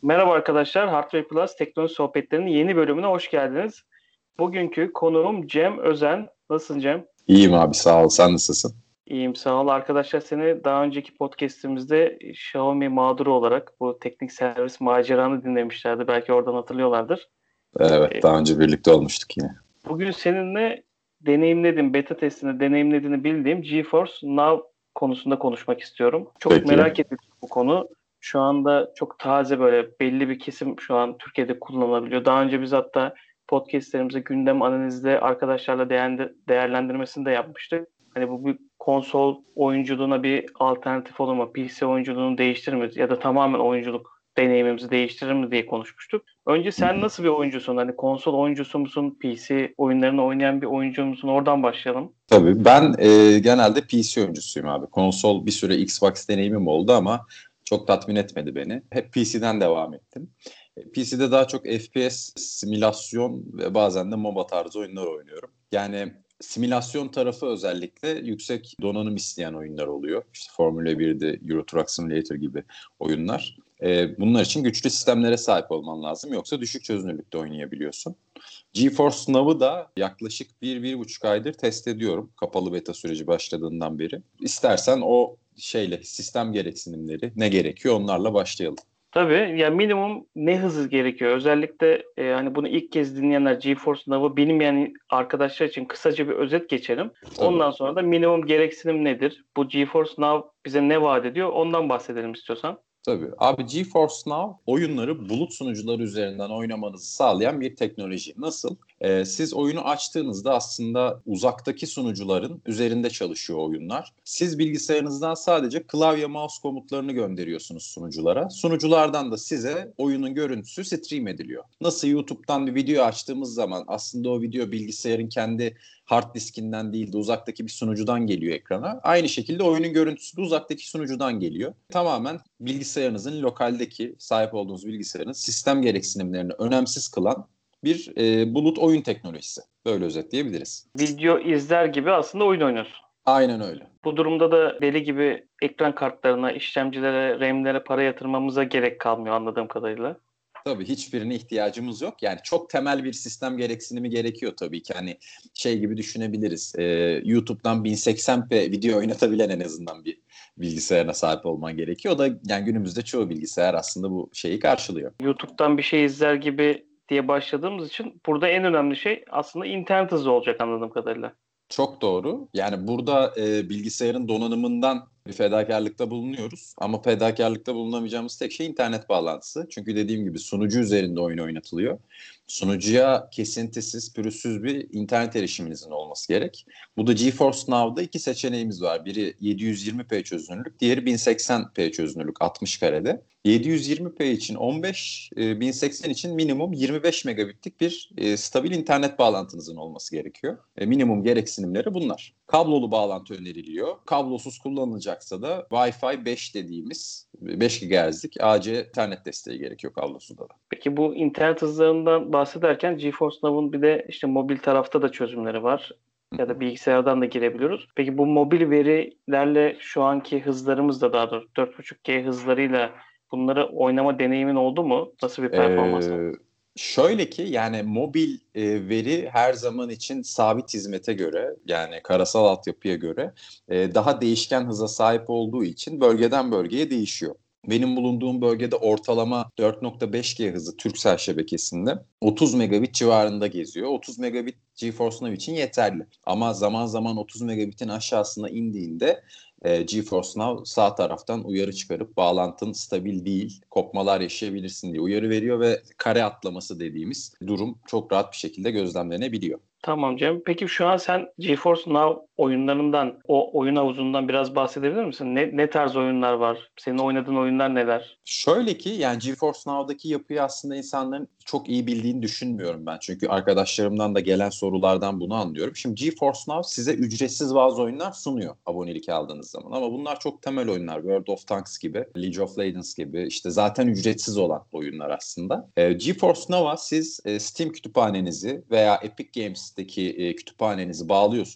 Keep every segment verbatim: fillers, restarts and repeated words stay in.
Merhaba arkadaşlar, Hardware Plus Teknoloji Sohbetleri'nin yeni bölümüne hoş geldiniz. Bugünkü konuğum Cem Özen. Nasılsın Cem? İyiyim abi, sağ ol. Sen nasılsın? İyiyim, sağ ol. Arkadaşlar seni daha önceki podcastimizde Xiaomi mağduru olarak bu teknik servis maceranı dinlemişlerdi. Belki oradan hatırlıyorlardır. Evet, E, daha önce birlikte olmuştuk yine. Bugün seninle deneyimledim, beta testini deneyimlediğini bildiğim GeForce Now konusunda konuşmak istiyorum. Çok Peki. merak ediyorum bu konu. Şu anda çok taze, böyle belli bir kesim şu an Türkiye'de kullanılabiliyor. Daha önce biz hatta podcastlerimize gündem analizde arkadaşlarla değerli- değerlendirmesini de yapmıştık. Hani bu bir konsol oyunculuğuna bir alternatif olur mu? P C oyunculuğunu değiştirir mi? Ya da tamamen oyunculuk deneyimimizi değiştirir mi diye konuşmuştuk. Önce Hı sen hı. nasıl bir oyuncusun? Hani konsol oyuncusu musun? P C oyunlarını oynayan bir oyuncu musun? Oradan başlayalım. Tabii ben e, genelde P C oyuncusuyum abi. Konsol bir süre Xbox deneyimim oldu ama çok tatmin etmedi beni. Hep P C'den devam ettim. E, P C'de daha çok F P S, simülasyon ve bazen de MOBA tarzı oyunlar oynuyorum. Yani simülasyon tarafı özellikle yüksek donanım isteyen oyunlar oluyor. İşte Formula birde Euro Truck Simulator gibi oyunlar. E, bunlar için güçlü sistemlere sahip olman lazım. Yoksa düşük çözünürlükte oynayabiliyorsun. GeForce Now'ı da yaklaşık bir, bir buçuk aydır test ediyorum. Kapalı beta süreci başladığından beri. İstersen o şeyle sistem gereksinimleri ne gerekiyor onlarla başlayalım. Tabii ya, minimum ne hızı gerekiyor? Özellikle e, hani bunu ilk kez dinleyenler, GeForce Now'ı bilmeyen arkadaşlar için kısaca bir özet geçelim. Tabii. Ondan sonra da minimum gereksinim nedir? Bu GeForce Now bize ne vaat ediyor? Ondan bahsedelim istiyorsan. Tabii. Abi GeForce Now oyunları bulut sunucuları üzerinden oynamanızı sağlayan bir teknoloji. Nasıl? Ee, siz oyunu açtığınızda aslında uzaktaki sunucuların üzerinde çalışıyor oyunlar. Siz bilgisayarınızdan sadece klavye mouse komutlarını gönderiyorsunuz sunuculara. Sunuculardan da size oyunun görüntüsü stream ediliyor. Nasıl YouTube'dan bir video açtığımız zaman aslında o video bilgisayarın kendi hard diskinden değil de uzaktaki bir sunucudan geliyor ekrana. Aynı şekilde oyunun görüntüsü de uzaktaki sunucudan geliyor. Tamamen bilgisayarınızın lokaldeki sahip olduğunuz bilgisayarın sistem gereksinimlerini önemsiz kılan bir e, bulut oyun teknolojisi. Böyle özetleyebiliriz. Video izler gibi aslında oyun oynuyorsun. Aynen öyle. Bu durumda da deli gibi ekran kartlarına, işlemcilere, RAM'lere para yatırmamıza gerek kalmıyor anladığım kadarıyla. Tabii hiçbirine ihtiyacımız yok. Yani çok temel bir sistem gereksinimi gerekiyor tabii ki. Hani şey gibi düşünebiliriz. E, YouTube'dan bin seksen p video oynatabilen en azından bir bilgisayarına sahip olman gerekiyor. O da yani günümüzde çoğu bilgisayar aslında bu şeyi karşılıyor. YouTube'dan bir şey izler gibi diye başladığımız için burada en önemli şey aslında internet hızı olacak anladığım kadarıyla. Çok doğru. Yani burada e, bilgisayarın donanımından bir fedakarlıkta bulunuyoruz. Ama fedakarlıkta bulunamayacağımız tek şey internet bağlantısı. Çünkü dediğim gibi sunucu üzerinde oyun oynatılıyor. Sunucuya kesintisiz, pürüzsüz bir internet erişiminizin olması gerek. Bu da GeForce Now'da iki seçeneğimiz var. Biri yedi yüz yirmi p çözünürlük, diğeri bin seksen p çözünürlük altmış karede. yedi yüz yirmi p için on beş, e, bin seksen için minimum yirmi beş megabitlik bir e, stabil internet bağlantınızın olması gerekiyor. E, minimum gereksinimleri bunlar. Kablolu bağlantı öneriliyor. Kablosuz kullanılacaksa da Wi-Fi beş dediğimiz beş gigahertzlik A C internet desteği gerekiyor kablosuzda da. Peki bu internet hızlarından bahsederken GeForce Now'ın bir de işte mobil tarafta da çözümleri var. Ya da bilgisayardan da girebiliyoruz. Peki bu mobil verilerle şu anki hızlarımızla, daha doğrusu dört buçuk G hızlarıyla bunları oynama deneyimin oldu mu? Nasıl bir performans var? Ee, Şöyle ki yani mobil e, veri her zaman için sabit hizmete göre yani karasal altyapıya göre e, daha değişken hıza sahip olduğu için bölgeden bölgeye değişiyor. Benim bulunduğum bölgede ortalama dört nokta beş G hızı Turkcell şebekesinde otuz megabit civarında geziyor. otuz megabit GeForce Now için yeterli. Ama zaman zaman otuz megabitin aşağısına indiğinde e, GeForce Now sağ taraftan uyarı çıkarıp bağlantın stabil değil, kopmalar yaşayabilirsin diye uyarı veriyor ve kare atlaması dediğimiz durum çok rahat bir şekilde gözlemlenebiliyor. Tamam Cem. Peki şu an sen GeForce Now oyunlarından, o oyun havuzundan biraz bahsedebilir misin? Ne, ne tarz oyunlar var? Senin oynadığın oyunlar neler? Şöyle ki yani GeForce Now'daki yapıyı aslında insanların çok iyi bildiğini düşünmüyorum ben. Çünkü arkadaşlarımdan da gelen sorulardan bunu anlıyorum. Şimdi GeForce Now size ücretsiz bazı oyunlar sunuyor abonelik aldığınız zaman. Ama bunlar çok temel oyunlar. World of Tanks gibi, League of Legends gibi işte zaten ücretsiz olan oyunlar aslında. E, GeForce Now'a siz e, Steam kütüphanenizi veya Epic Games'teki e, kütüphanenizi bağlıyorsunuz.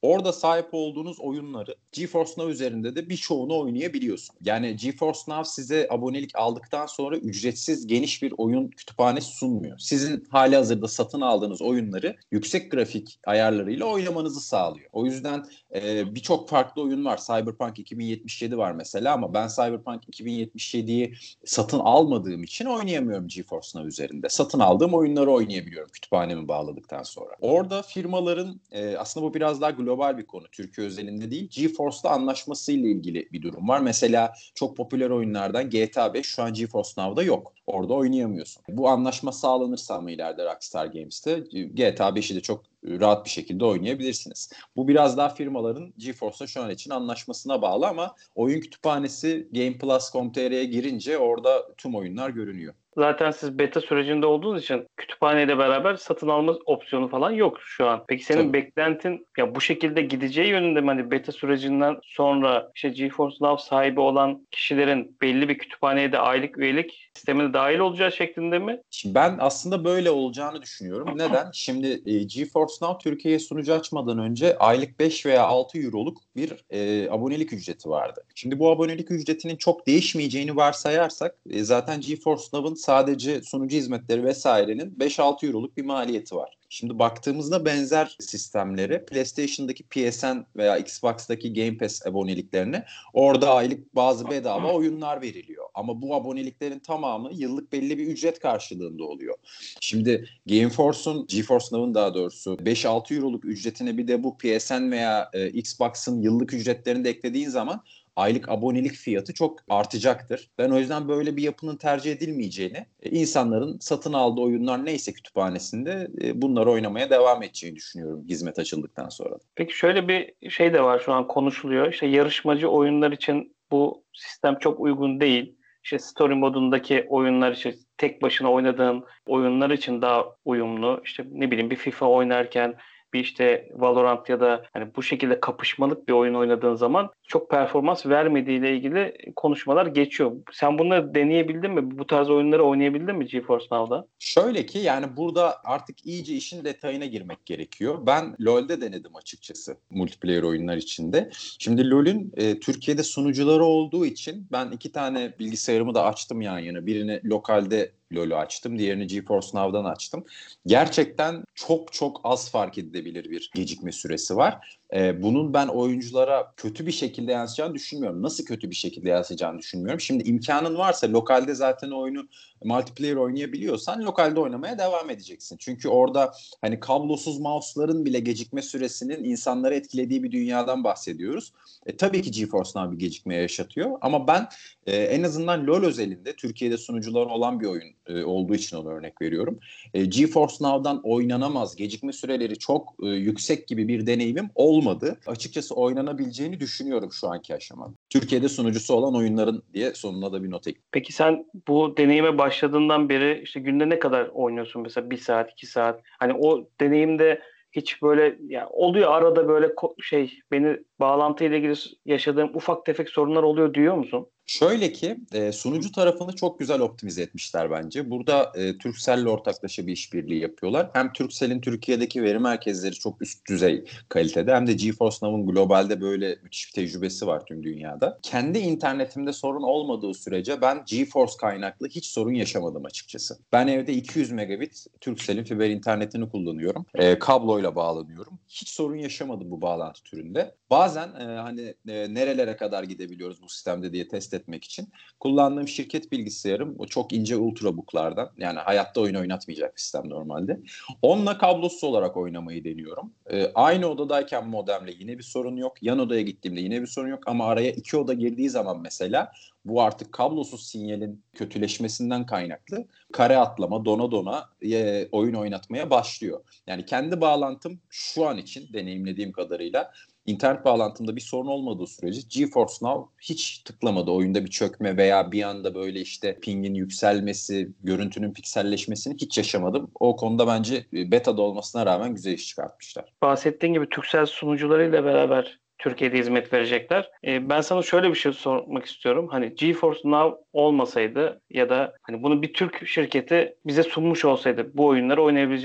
Orada sahip olduğunuz oyunları GeForce Now üzerinde de birçoğunu oynayabiliyorsun. Yani GeForce Now size abonelik aldıktan sonra ücretsiz geniş bir oyun kütüphanesi sunmuyor. Sizin halihazırda satın aldığınız oyunları yüksek grafik ayarlarıyla oynamanızı sağlıyor. O yüzden e, birçok farklı oyun var. Cyberpunk iki bin yetmiş yedi var mesela ama ben Cyberpunk iki bin yetmiş yediyi satın almadığım için oynayamıyorum GeForce Now üzerinde. Satın aldığım oyunları oynayabiliyorum kütüphanemi bağladıktan sonra. Orada firmaların e, aslında bu biraz daha global bir konu. Türkiye özelinde değil. GeForce'la anlaşmasıyla ilgili bir durum var. Mesela çok popüler oyunlardan G T A beş şu an GeForce Now'da yok. Orada oynayamıyorsun. Bu anlaşma sağlanırsa mı ileride Rockstar Games'te G T A beşi de çok rahat bir şekilde oynayabilirsiniz. Bu biraz daha firmaların GeForce'la şu an için anlaşmasına bağlı ama oyun kütüphanesi Game Plus nokta com nokta t r'ye girince orada tüm oyunlar görünüyor. Zaten siz beta sürecinde olduğunuz için kütüphaneyle beraber satın alma opsiyonu falan yok şu an. Peki senin Tabii. beklentin ya bu şekilde gideceği yönünde mi? Hani beta sürecinden sonra işte GeForce Now sahibi olan kişilerin belli bir kütüphaneye de aylık üyelik sistemine dahil olacağı şeklinde mi? Şimdi ben aslında böyle olacağını düşünüyorum. Neden? Şimdi e, GeForce Now Türkiye'ye sunucu açmadan önce aylık beş veya altı euroluk bir e, abonelik ücreti vardı. Şimdi bu abonelik ücretinin çok değişmeyeceğini varsayarsak e, zaten GeForce Now'ın sadece sunucu hizmetleri vesairenin beş altı euroluk bir maliyeti var. Şimdi baktığımızda benzer sistemleri PlayStation'daki P S N veya Xbox'taki Game Pass aboneliklerine orada aylık bazı bedava oyunlar veriliyor. Ama bu aboneliklerin tamamı yıllık belli bir ücret karşılığında oluyor. Şimdi GeForce'un, GeForce Now'ın daha doğrusu beş altı euroluk ücretine bir de bu P S N veya e, Xbox'ın yıllık ücretlerini de eklediğin zaman aylık abonelik fiyatı çok artacaktır. Ben o yüzden böyle bir yapının tercih edilmeyeceğini, e, insanların satın aldığı oyunlar neyse kütüphanesinde e, bunları oynamaya devam edeceğini düşünüyorum hizmet açıldıktan sonra. Peki şöyle bir şey de var şu an konuşuluyor. İşte yarışmacı oyunlar için bu sistem çok uygun değil. İşte story modundaki oyunlar için tek başına oynadığın oyunlar için daha uyumlu. İşte ne bileyim bir FIFA oynarken bir işte Valorant ya da hani bu şekilde kapışmalık bir oyun oynadığın zaman çok performans vermediğiyle ilgili konuşmalar geçiyor. Sen bunları deneyebildin mi? Bu tarz oyunları oynayabildin mi GeForce Now'da? Şöyle ki yani burada artık iyice işin detayına girmek gerekiyor. Ben LoL'de denedim açıkçası multiplayer oyunlar içinde. Şimdi LoL'ün e, Türkiye'de sunucuları olduğu için ben iki tane bilgisayarımı da açtım yan yana. Birini lokalde LoL'ü açtım. Diğerini GeForce Now'dan açtım. Gerçekten çok çok az fark edilebilir bir gecikme süresi var. Ee, bunun ben oyunculara kötü bir şekilde yansıyacağını düşünmüyorum. Nasıl kötü bir şekilde yansıyacağını düşünmüyorum. Şimdi imkanın varsa lokalde zaten oyunu multiplayer oynayabiliyorsan lokalde oynamaya devam edeceksin. Çünkü orada hani kablosuz mouse'ların bile gecikme süresinin insanları etkilediği bir dünyadan bahsediyoruz. E, tabii ki GeForce Now bir gecikme yaşatıyor ama ben e, en azından LoL özelinde Türkiye'de sunucuları olan bir oyun e, olduğu için ona örnek veriyorum. E, GeForce Now'dan oynanamaz, gecikme süreleri çok e, yüksek gibi bir deneyimim olmadı. Açıkçası oynanabileceğini düşünüyorum şu anki aşamada. Türkiye'de sunucusu olan oyunların diye sonuna da bir not ekleyeyim. Peki sen bu deneyime başladığından beri işte günde ne kadar oynuyorsun mesela bir saat, iki saat? Hani o deneyimde hiç böyle ya oluyor arada böyle ko- şey beni bağlantıyla ilgili yaşadığım ufak tefek sorunlar oluyor diyor musun? Şöyle ki e, sunucu tarafını çok güzel optimize etmişler bence. Burada e, Turkcell'le ortaklaşa bir işbirliği yapıyorlar. Hem Turkcell'in Türkiye'deki veri merkezleri çok üst düzey kalitede hem de GeForce Now'ın globalde böyle müthiş bir tecrübesi var tüm dünyada. Kendi internetimde sorun olmadığı sürece ben GeForce kaynaklı hiç sorun yaşamadım açıkçası. Ben evde iki yüz megabit Turkcell'in fiber internetini kullanıyorum. E, kabloyla bağlanıyorum. Hiç sorun yaşamadım bu bağlantı türünde. Bazen e, hani e, nerelere kadar gidebiliyoruz bu sistemde diye test etmek için kullandığım şirket bilgisayarım o çok ince ultrabooklardan, yani hayatta oyun oynatmayacak bir sistem normalde. Onunla kablosuz olarak oynamayı deniyorum. Ee, aynı odadayken modemle yine bir sorun yok. Yan odaya gittiğimde yine bir sorun yok ama araya iki oda girdiği zaman mesela bu artık kablosuz sinyalin kötüleşmesinden kaynaklı kare atlama, dona dona e, oyun oynatmaya başlıyor. Yani kendi bağlantım şu an için deneyimlediğim kadarıyla İnternet bağlantımda bir sorun olmadığı sürece GeForce Now hiç tıklamadı. Oyunda bir çökme veya bir anda böyle işte pingin yükselmesi, görüntünün pikselleşmesini hiç yaşamadım. O konuda bence beta'da olmasına rağmen güzel iş çıkartmışlar. Bahsettiğin gibi Turkcell sunucularıyla beraber Türkiye'de hizmet verecekler. Ee, ben sana şöyle bir şey sormak istiyorum. Hani GeForce Now olmasaydı ya da hani bunu bir Türk şirketi bize sunmuş olsaydı bu oyunları oynayabilecek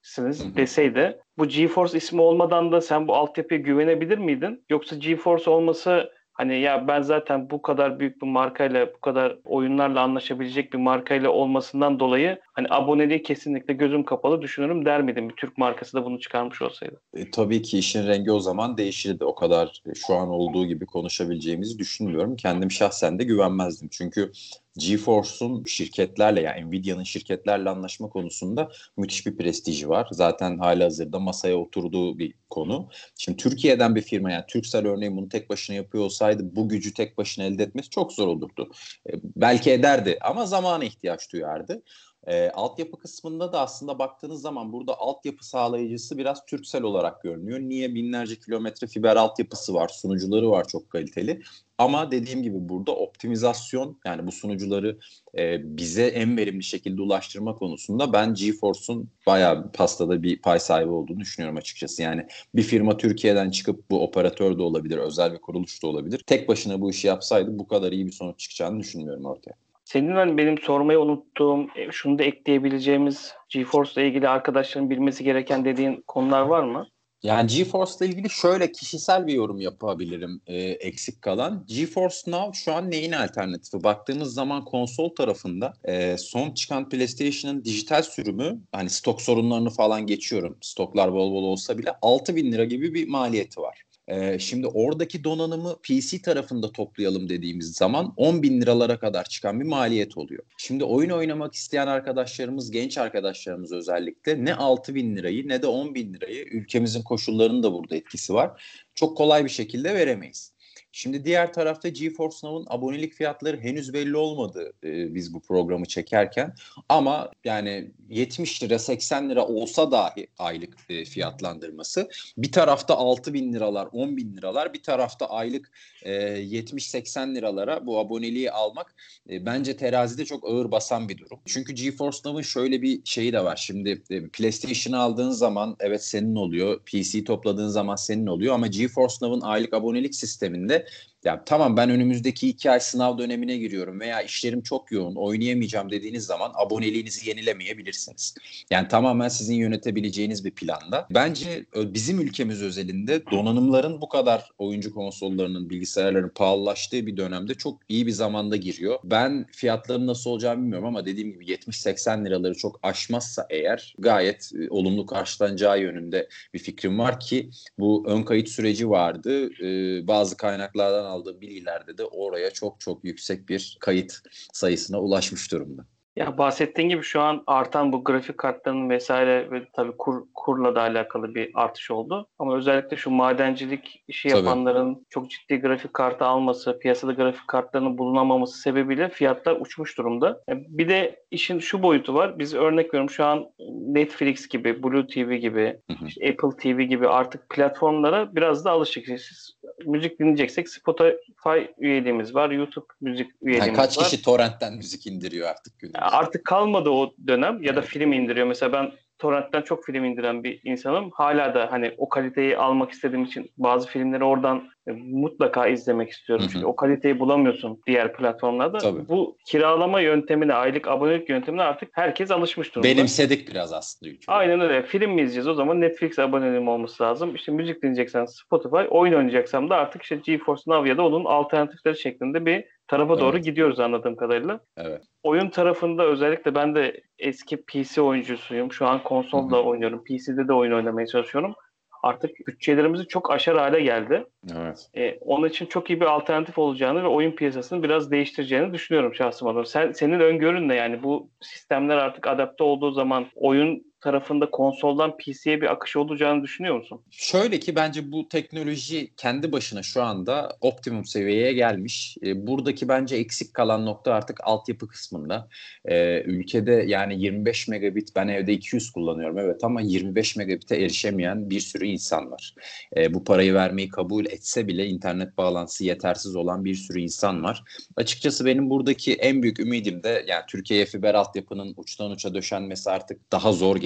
siniz deseydi, bu GeForce ismi olmadan da sen bu altyapıya güvenebilir miydin? Yoksa GeForce olması hani ya ben zaten bu kadar büyük bir markayla, bu kadar oyunlarla anlaşabilecek bir markayla olmasından dolayı hani aboneliği kesinlikle gözüm kapalı düşünürüm der miydin? Bir Türk markası da bunu çıkarmış olsaydı. E, tabii ki işin rengi o zaman değişirdi. O kadar e, şu an olduğu gibi konuşabileceğimizi düşünmüyorum. Kendim şahsen de güvenmezdim. Çünkü GeForce'un şirketlerle yani Nvidia'nın şirketlerle anlaşma konusunda müthiş bir prestiji var. Zaten halihazırda masaya oturduğu bir konu. Şimdi Türkiye'den bir firma yani Turkcell örneğin bunu tek başına yapıyor olsaydı bu gücü tek başına elde etmesi çok zor olurdu. E, belki ederdi ama zamana ihtiyaç duyardı. E, altyapı kısmında da aslında baktığınız zaman burada altyapı sağlayıcısı biraz Turkcell olarak görünüyor. Niye? Binlerce kilometre fiber altyapısı var, sunucuları var çok kaliteli. Ama dediğim gibi burada optimizasyon yani bu sunucuları e, bize en verimli şekilde ulaştırma konusunda ben GeForce'un bayağı pastada bir pay sahibi olduğunu düşünüyorum açıkçası. Yani bir firma Türkiye'den çıkıp bu operatör de olabilir, özel bir kuruluş da olabilir. Tek başına bu işi yapsaydı bu kadar iyi bir sonuç çıkacağını düşünmüyorum ortaya. Senin hani benim sormayı unuttuğum, e, şunu da ekleyebileceğimiz GeForce ile ilgili arkadaşların bilmesi gereken dediğin konular var mı? Yani GeForce ile ilgili şöyle kişisel bir yorum yapabilirim e, eksik kalan. GeForce Now şu an neyin alternatifi? Baktığımız zaman konsol tarafında e, son çıkan PlayStation'ın dijital sürümü hani stok sorunlarını falan geçiyorum. Stoklar bol bol olsa bile altı bin lira gibi bir maliyeti var. Ee, şimdi oradaki donanımı P C tarafında toplayalım dediğimiz zaman on bin liralara kadar çıkan bir maliyet oluyor. Şimdi oyun oynamak isteyen arkadaşlarımız, genç arkadaşlarımız özellikle ne altı bin lirayı ne de on bin lirayı ülkemizin koşullarının da burada etkisi var. Çok kolay bir şekilde veremeyiz. Şimdi diğer tarafta GeForce Now'ın abonelik fiyatları henüz belli olmadı e, biz bu programı çekerken. Ama yani yetmiş lira seksen lira olsa dahi aylık e, fiyatlandırması bir tarafta altı bin liralar on bin liralar bir tarafta aylık e, yetmiş seksen liralara bu aboneliği almak e, bence terazide çok ağır basan bir durum. Çünkü GeForce Now'ın şöyle bir şeyi de var. Şimdi e, PlayStation'ı aldığın zaman evet senin oluyor. P C topladığın zaman senin oluyor ama GeForce Now'ın aylık abonelik sisteminde ya tamam ben önümüzdeki iki ay sınav dönemine giriyorum veya işlerim çok yoğun oynayamayacağım dediğiniz zaman aboneliğinizi yenilemeyebilirsiniz. Yani tamamen sizin yönetebileceğiniz bir planda. Bence bizim ülkemiz özelinde donanımların bu kadar oyuncu konsollarının, bilgisayarların pahalılaştığı bir dönemde çok iyi bir zamanda giriyor. Ben fiyatların nasıl olacağını bilmiyorum ama dediğim gibi yetmiş seksen liraları çok aşmazsa eğer gayet e, olumlu karşılanacağı yönünde bir fikrim var ki bu ön kayıt süreci vardı. Ee, bazı kaynaklardan aldığım bilgilerde de oraya çok çok yüksek bir kayıt sayısına ulaşmış durumda. Ya bahsettiğin gibi şu an artan bu grafik kartlarının vesaire ve tabii kur, kurla da alakalı bir artış oldu. Ama özellikle şu madencilik işi Tabii. yapanların çok ciddi grafik kartı alması, piyasada grafik kartlarının bulunamaması sebebiyle fiyatlar uçmuş durumda. Bir de işin şu boyutu var. Biz örnek veriyorum şu an Netflix gibi, Blue T V gibi, Hı hı. işte Apple T V gibi artık platformlara biraz da alışık. Siz müzik dinleyeceksek Spotify üyeliğimiz var, YouTube müzik Yani üyeliğimiz kaç var. kişi torrentten müzik indiriyor artık günümüzde? Artık kalmadı o dönem ya da Evet. film indiriyor. Mesela ben torrentten çok film indiren bir insanım. Hala da hani o kaliteyi almak istediğim için bazı filmleri oradan e, mutlaka izlemek Hı istiyorum. Çünkü hı. o kaliteyi bulamıyorsun diğer platformlarda. Tabii. Bu kiralama yöntemine, aylık abonelik yöntemine artık herkes alışmış durumda. Benimsedik biraz aslında ülkede. Aynen öyle. Film mi izleyeceğiz? O zaman Netflix aboneliğim olması lazım. İşte müzik dinleyeceksen Spotify, oyun oynayacaksam da artık işte GeForce Now ya da onun alternatifleri şeklinde bir tarafa doğru Evet. gidiyoruz anladığım kadarıyla. Evet. Oyun tarafında özellikle ben de eski P C oyuncusuyum. Şu an Hı hı. konsolda oynuyorum. P C'de de oyun oynamaya çalışıyorum. Artık bütçelerimizi çok aşar hale geldi. Evet. Ee, onun için çok iyi bir alternatif olacağını ve oyun piyasasını biraz değiştireceğini düşünüyorum şahsım adına. Sen, senin öngörün ne yani bu sistemler artık adapte olduğu zaman oyun tarafında konsoldan P C'ye bir akış olacağını düşünüyor musun? Şöyle ki bence bu teknoloji kendi başına şu anda optimum seviyeye gelmiş. E, buradaki bence eksik kalan nokta artık altyapı kısmında. E, ülkede yani yirmi beş megabit ben evde iki yüz kullanıyorum evet ama yirmi beş megabit'e erişemeyen bir sürü insan var. E, bu parayı vermeyi kabul etse bile internet bağlantısı yetersiz olan bir sürü insan var. Açıkçası benim buradaki en büyük ümidim de yani Türkiye'ye fiber altyapının uçtan uça döşenmesi artık daha zor geliyor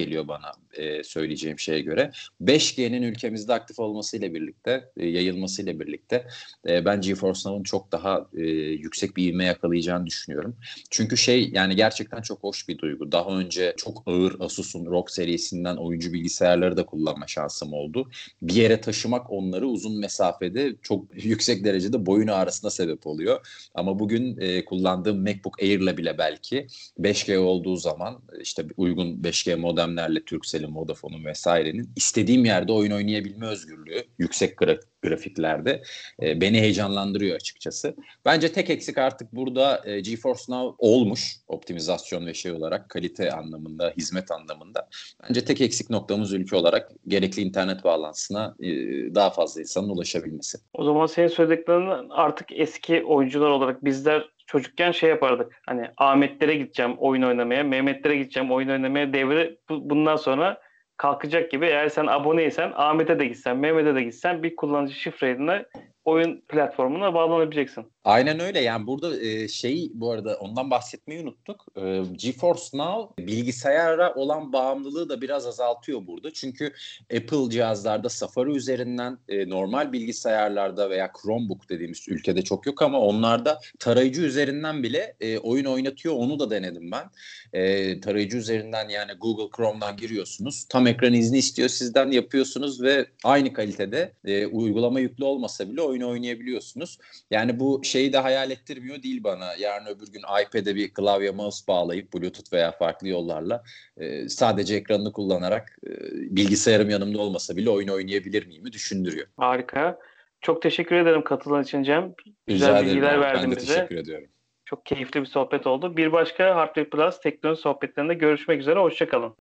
geliyor bana e, söyleyeceğim şeye göre. beş G'nin ülkemizde aktif olmasıyla birlikte, e, yayılmasıyla birlikte e, ben GeForce Now'ın çok daha e, yüksek bir ivme yakalayacağını düşünüyorum. Çünkü şey yani gerçekten çok hoş bir duygu. Daha önce çok ağır Asus'un R O G serisinden oyuncu bilgisayarları da kullanma şansım oldu. Bir yere taşımak onları uzun mesafede çok yüksek derecede boyun ağrısına sebep oluyor. Ama bugün e, kullandığım MacBook Air'la bile belki beş G olduğu zaman işte uygun beş G modemlerle Turkcell'in, Vodafone'un vesairenin istediğim yerde oyun oynayabilme özgürlüğü yüksek gra- grafiklerde e, beni heyecanlandırıyor açıkçası. Bence tek eksik artık burada e, GeForce Now olmuş optimizasyon ve şey olarak kalite anlamında, hizmet anlamında. Bence tek eksik noktamız ülke olarak gerekli internet bağlantısına e, daha fazla insanın ulaşabilmesi. O zaman senin söylediklerinden artık eski oyuncular olarak bizler çocukken şey yapardık. Hani Ahmetlere gideceğim oyun oynamaya, Mehmetlere gideceğim oyun oynamaya devri bu- bundan sonra kalkacak gibi. Eğer sen aboneysen Ahmet'e de gitsen, Mehmet'e de gitsen bir kullanıcı şifreyle oyun platformuna bağlanabileceksin. Aynen öyle yani burada e, şey bu arada ondan bahsetmeyi unuttuk. E, GeForce Now bilgisayara olan bağımlılığı da biraz azaltıyor burada. Çünkü Apple cihazlarda Safari üzerinden e, normal bilgisayarlarda veya Chromebook dediğimiz ülkede çok yok ama onlarda tarayıcı üzerinden bile e, oyun oynatıyor. Onu da denedim ben. E, tarayıcı üzerinden yani Google Chrome'dan giriyorsunuz. Tam ekran izni istiyor sizden yapıyorsunuz ve aynı kalitede e, uygulama yüklü olmasa bile oyun oynayabiliyorsunuz. Yani bu şeyi de hayal ettirmiyor değil bana. Yarın öbür gün iPad'e bir klavye mouse bağlayıp Bluetooth veya farklı yollarla e, sadece ekranını kullanarak e, bilgisayarım yanımda olmasa bile oyun oynayabilir miyimi düşündürüyor. Harika. Çok teşekkür ederim katılan için Cem. Güzel Rica ederim bilgiler Ahmet. Ben verdin de bize. teşekkür ediyorum. Çok keyifli bir sohbet oldu. Bir başka Hardware Plus teknoloji sohbetlerinde görüşmek üzere. Hoşça kalın.